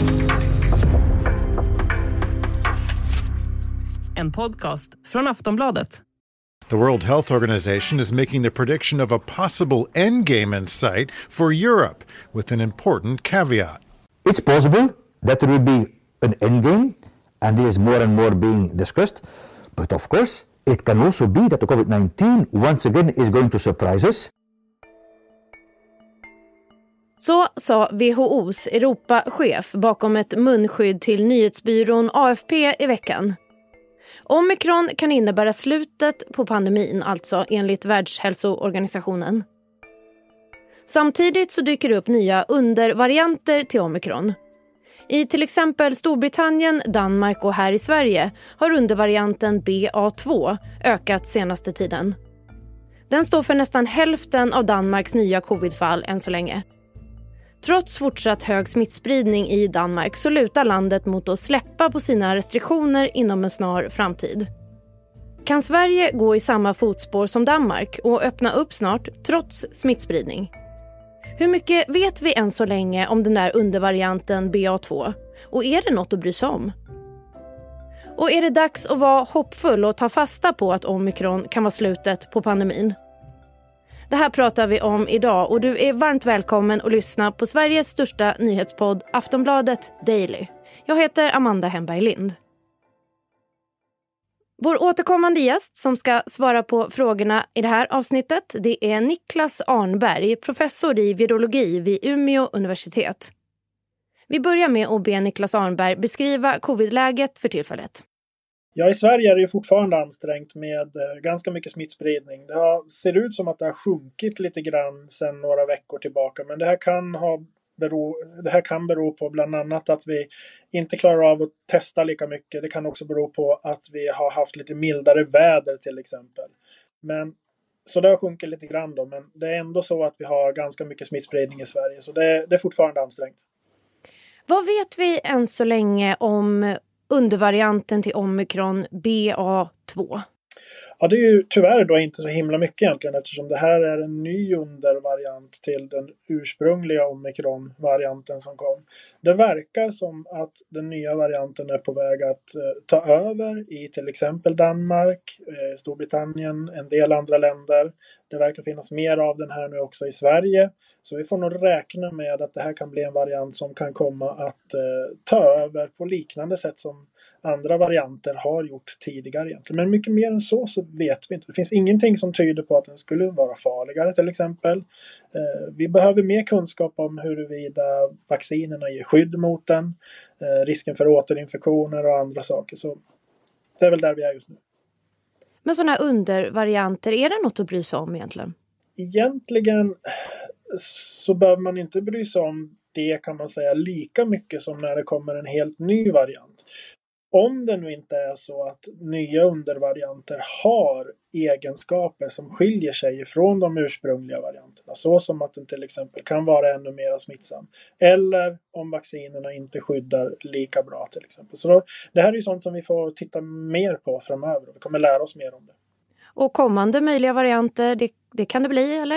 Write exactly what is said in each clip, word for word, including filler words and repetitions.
En podcast från Aftonbladet. The World Health Organization is making the prediction of a possible endgame in sight for Europe, with an important caveat. It's possible that there will be an endgame, and this is more and more being discussed. But of course, it can also be that the covid nineteen once again is going to surprise us. Så sa W H O:s Europachef bakom ett munskydd till nyhetsbyrån A F P i veckan. Omikron kan innebära slutet på pandemin, alltså enligt Världshälsoorganisationen. Samtidigt så dyker det upp nya undervarianter till omikron. I till exempel Storbritannien, Danmark och här i Sverige har undervarianten B A två ökat senaste tiden. Den står för nästan hälften av Danmarks nya covidfall än så länge. Trots fortsatt hög smittspridning i Danmark så lutar landet mot att släppa på sina restriktioner inom en snar framtid. Kan Sverige gå i samma fotspår som Danmark och öppna upp snart trots smittspridning? Hur mycket vet vi än så länge om den där undervarianten B A två? Och är det något att bry sig om? Och är det dags att vara hoppfull och ta fasta på att omikron kan vara slutet på pandemin? Det här pratar vi om idag och du är varmt välkommen att lyssna på Sveriges största nyhetspodd Aftonbladet Daily. Jag heter Amanda Hemberg Lind. Vår återkommande gäst som ska svara på frågorna i det här avsnittet, det är Niklas Arnberg, professor i virologi vid Umeå universitet. Vi börjar med att be Niklas Arnberg beskriva covidläget för tillfället. Ja, i Sverige är det ju fortfarande ansträngt med eh, ganska mycket smittspridning. Det har, ser ut som att det har sjunkit lite grann sedan några veckor tillbaka. Men det här kan ha bero, det här kan bero på bland annat att vi inte klarar av att testa lika mycket. Det kan också bero på att vi har haft lite mildare väder till exempel. Men, så det har sjunkit lite grann då. Men det är ändå så att vi har ganska mycket smittspridning i Sverige. Så det, det är fortfarande ansträngt. Vad vet vi än så länge om undervarianten till omikron B A två? Ja, det är ju tyvärr då inte så himla mycket egentligen eftersom det här är en ny undervariant till den ursprungliga omikron-varianten som kom. Det verkar som att den nya varianten är på väg att eh, ta över i till exempel Danmark, eh, Storbritannien, en del andra länder. Det verkar finnas mer av den här nu också i Sverige. Så vi får nog räkna med att det här kan bli en variant som kan komma att eh, ta över på liknande sätt som andra varianter har gjort tidigare egentligen. Men mycket mer än så så vet vi inte. Det finns ingenting som tyder på att den skulle vara farligare till exempel. Eh, vi behöver mer kunskap om huruvida vaccinerna ger skydd mot den. Eh, risken för återinfektioner och andra saker. Så det är väl där vi är just nu. Men sådana här undervarianter, är det något att bry sig om egentligen? Egentligen så behöver man inte bry sig om det kan man säga lika mycket som när det kommer en helt ny variant. Om det nu inte är så att nya undervarianter har egenskaper som skiljer sig från de ursprungliga varianterna. Så som att den till exempel kan vara ännu mer smittsam. Eller om vaccinerna inte skyddar lika bra till exempel. Så då, det här är ju sånt som vi får titta mer på framöver. Vi kommer lära oss mer om det. Och kommande möjliga varianter, det, det kan det bli eller?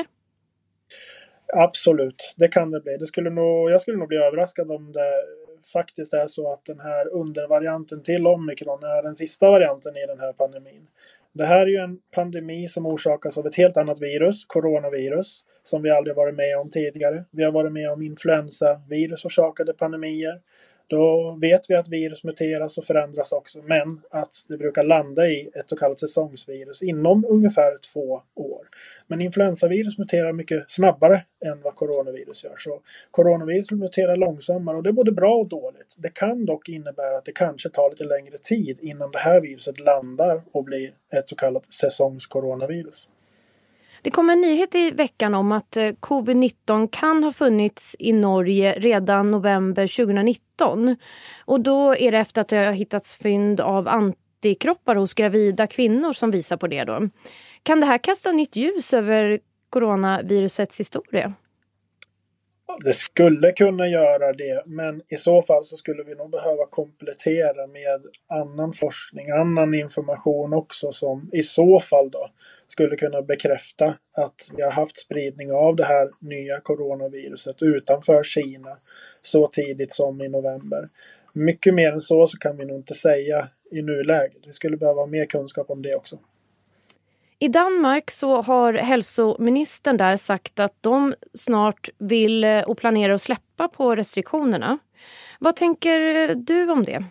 Absolut, det kan det bli. Det skulle nog, jag skulle nog bli överraskad om det faktiskt är så att den här undervarianten till omikron är den sista varianten i den här pandemin. Det här är ju en pandemi som orsakas av ett helt annat virus, coronavirus, som vi aldrig varit med om tidigare. Vi har varit med om influensavirus orsakade pandemier. Då vet vi att virus muteras och förändras också, men att det brukar landa i ett så kallat säsongsvirus inom ungefär två år. Men influensavirus muterar mycket snabbare än vad coronavirus gör. Så coronavirus muterar långsammare och det är både bra och dåligt. Det kan dock innebära att det kanske tar lite längre tid innan det här viruset landar och blir ett så kallat säsongskoronavirus. Det kom en nyhet i veckan om att covid nitton kan ha funnits i Norge redan november tjugonitton. Och då är det efter att det har hittats fynd av antikroppar hos gravida kvinnor som visar på det då. Kan det här kasta nytt ljus över coronavirusets historia? Det skulle kunna göra det, men i så fall så skulle vi nog behöva komplettera med annan forskning, annan information också som i så fall då skulle kunna bekräfta att vi har haft spridning av det här nya coronaviruset utanför Kina så tidigt som i november. Mycket mer än så så kan vi nog inte säga i nuläget. Vi skulle behöva mer kunskap om det också. I Danmark så har hälsoministern där sagt att de snart vill och planerar att släppa på restriktionerna. Vad tänker du om det?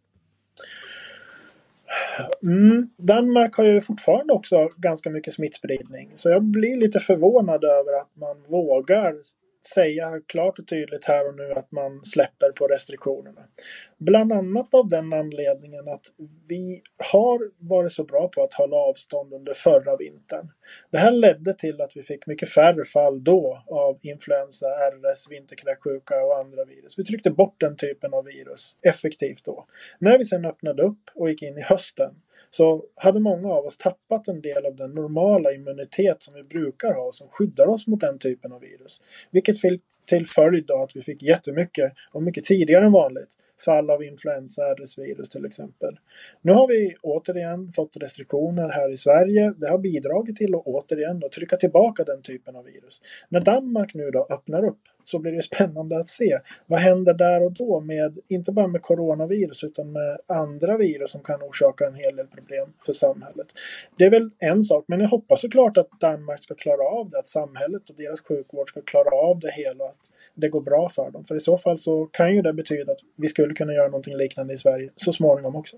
Mm, Danmark har ju fortfarande också ganska mycket smittspridning. Så jag blir lite förvånad över att man vågar säga klart och tydligt här och nu att man släpper på restriktionerna. Bland annat av den anledningen att vi har varit så bra på att hålla avstånd under förra vintern. Det här ledde till att vi fick mycket färre fall då av influensa, R S, vinterkräksjuka och andra virus. Vi tryckte bort den typen av virus effektivt då. När vi sedan öppnade upp och gick in i hösten så hade många av oss tappat en del av den normala immunitet som vi brukar ha som skyddar oss mot den typen av virus. Vilket fick till följd då att vi fick jättemycket och mycket tidigare än vanligt fall av influensa, R S-virus till exempel. Nu har vi återigen fått restriktioner här i Sverige. Det har bidragit till att återigen då trycka tillbaka den typen av virus. När Danmark nu då öppnar upp så blir det spännande att se vad händer där och då med, inte bara med coronavirus utan med andra virus som kan orsaka en hel del problem för samhället. Det är väl en sak, men jag hoppas såklart att Danmark ska klara av det, att samhället och deras sjukvård ska klara av det hela, att det går bra för dem. För i så fall så kan ju det betyda att vi skulle kunna göra någonting liknande i Sverige så småningom också.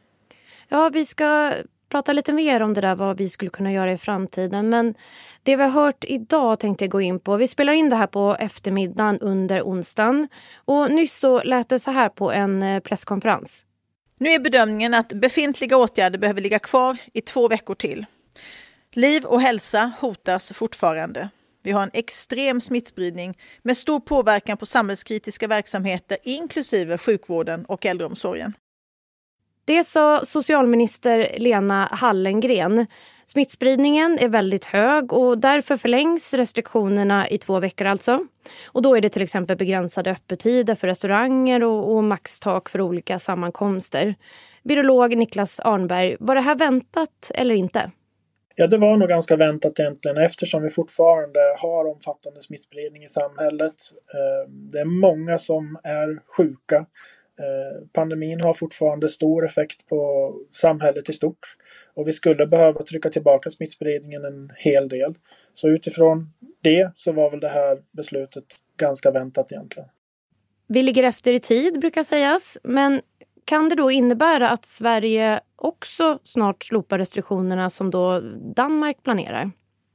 Ja, vi ska prata lite mer om det där, vad vi skulle kunna göra i framtiden. Men det vi har hört idag tänkte jag gå in på. Vi spelar in det här på eftermiddagen under onsdagen. Och nyss så lät det så här på en presskonferens. Nu är bedömningen att befintliga åtgärder behöver ligga kvar i två veckor till. Liv och hälsa hotas fortfarande. Vi har en extrem smittspridning med stor påverkan på samhällskritiska verksamheter inklusive sjukvården och äldreomsorgen. Det sa socialminister Lena Hallengren. Smittspridningen är väldigt hög och därför förlängs restriktionerna i två veckor alltså. Och då är det till exempel begränsade öppettider för restauranger och, och maxtak för olika sammankomster. Virolog Niklas Arnberg, var det här väntat eller inte? Ja, det var nog ganska väntat egentligen eftersom vi fortfarande har omfattande smittspridning i samhället. Det är många som är sjuka. Pandemin har fortfarande stor effekt på samhället i stort. Och vi skulle behöva trycka tillbaka smittspridningen en hel del. Så utifrån det så var väl det här beslutet ganska väntat egentligen. Vi ligger efter i tid brukar sägas, men kan det då innebära att Sverige också snart slopar restriktionerna som då Danmark planerar?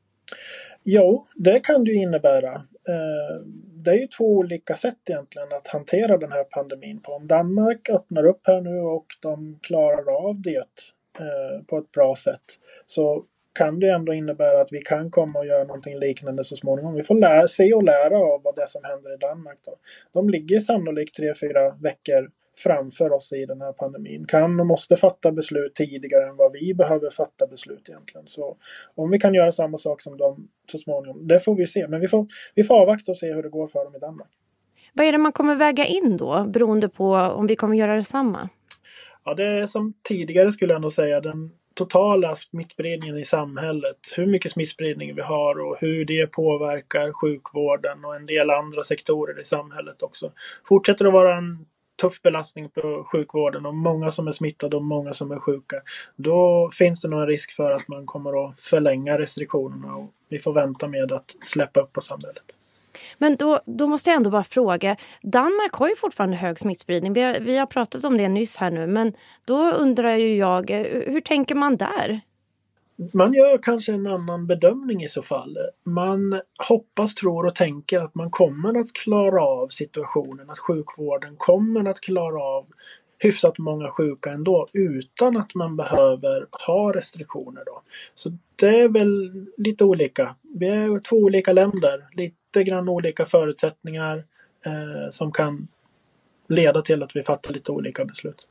Jo, det kan det ju innebära. Det är ju två olika sätt egentligen att hantera den här pandemin på. Om Danmark öppnar upp här nu och de klarar av det på ett bra sätt så kan det ändå innebära att vi kan komma och göra någonting liknande så småningom. Vi får lära, se och lära av vad det som händer i Danmark då. De ligger sannolikt tre, fyra veckor framför oss i den här pandemin. Kan och måste fatta beslut tidigare än vad vi behöver fatta beslut egentligen. Så om vi kan göra samma sak som de så småningom, det får vi se. Men vi får, vi får avvakta och se hur det går för dem i Danmark. Vad är det man kommer väga in då, beroende på om vi kommer göra detsamma? Ja, det är som tidigare skulle jag nog säga den totala smittspridningen i samhället. Hur mycket smittspridning vi har och hur det påverkar sjukvården och en del andra sektorer i samhället också. Fortsätter att vara en tuff belastning på sjukvården och många som är smittade och många som är sjuka. Då finns det nog en risk för att man kommer att förlänga restriktionerna och vi får vänta med att släppa upp på samhället. Men då, då måste jag ändå bara fråga, Danmark har ju fortfarande hög smittspridning. Vi har, vi har pratat om det nyss här nu, men då undrar ju jag, hur tänker man där? Man gör kanske en annan bedömning i så fall. Man hoppas, tror och tänker att man kommer att klara av situationen, att sjukvården kommer att klara av hyfsat många sjuka ändå utan att man behöver ha restriktioner då. Så det är väl lite olika. Vi är två olika länder, lite grann olika förutsättningar eh, som kan leda till att vi fattar lite olika beslut.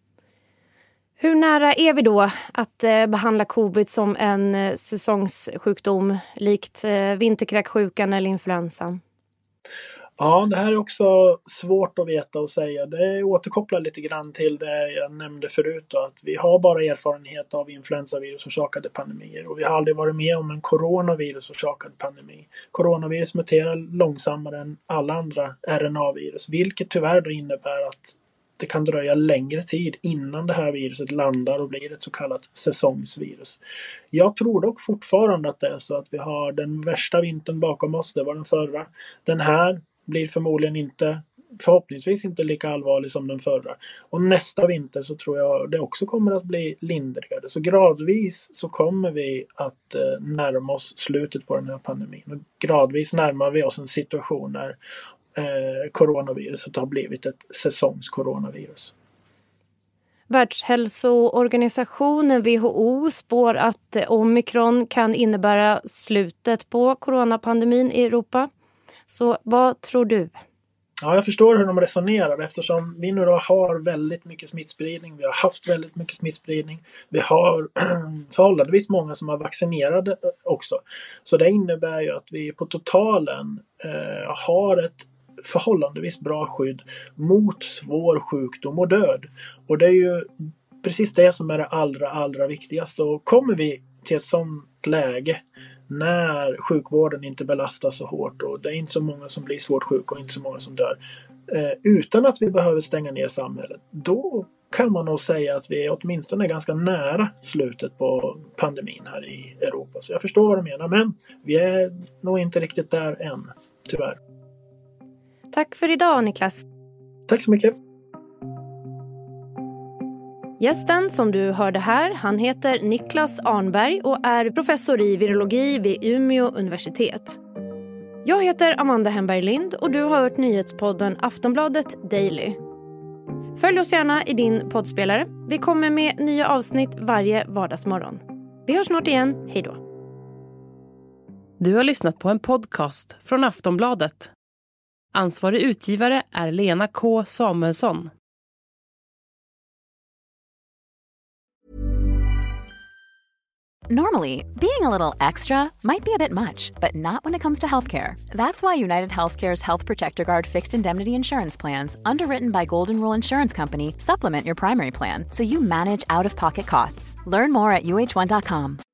Hur nära är vi då att eh, behandla covid som en eh, säsongssjukdom likt eh, vinterkräksjukan eller influensan? Ja, det här är också svårt att veta och säga. Det återkopplar lite grann till det jag nämnde förut då, att vi har bara erfarenhet av influensavirusorsakade pandemier och vi har aldrig varit med om en coronavirusorsakad pandemi. Coronavirus muterar långsammare än alla andra R N A-virus, vilket tyvärr då innebär att det kan dröja längre tid innan det här viruset landar och blir ett så kallat säsongsvirus. Jag tror dock fortfarande att det är så att vi har den värsta vintern bakom oss, det var den förra. Den här blir förmodligen inte, förhoppningsvis inte lika allvarlig som den förra. Och nästa vinter så tror jag det också kommer att bli lindrigare. Så gradvis så kommer vi att eh, närma oss slutet på den här pandemin. Och gradvis närmar vi oss en situation där eh, coronaviruset har blivit ett säsongskoronavirus. Världshälsoorganisationen W H O spår att omikron kan innebära slutet på coronapandemin i Europa. Så vad tror du? Ja, jag förstår hur de resonerar eftersom vi nu då har väldigt mycket smittspridning. Vi har haft väldigt mycket smittspridning. Vi har förhållandevis många som har vaccinerade också. Så det innebär ju att vi på totalen eh, har ett förhållandevis bra skydd mot svår sjukdom och död. Och det är ju precis det som är det allra, allra viktigaste. Och kommer vi till ett sådant läge när sjukvården inte belastas så hårt och det är inte så många som blir svårt sjuka och inte så många som dör eh, utan att vi behöver stänga ner samhället, då kan man nog säga att vi är åtminstone ganska nära slutet på pandemin här i Europa. Så jag förstår vad du menar, men vi är nog inte riktigt där än, tyvärr. Tack för idag, Niklas. Tack så mycket. Gästen som du hörde här, han heter Niklas Arnberg och är professor i virologi vid Umeå universitet. Jag heter Amanda Hemberg Lind och du har hört nyhetspodden Aftonbladet Daily. Följ oss gärna i din poddspelare. Vi kommer med nya avsnitt varje vardagsmorgon. Vi hörs snart igen. Hej då. Du har lyssnat på en podcast från Aftonbladet. Ansvarig utgivare är Lena K. Samuelsson. Normally, being a little extra might be a bit much, but not when it comes to healthcare. That's why United Healthcare's Health Protector Guard fixed indemnity insurance plans, underwritten by Golden Rule Insurance Company, supplement your primary plan so you manage out-of-pocket costs. Learn more at U H one dot com.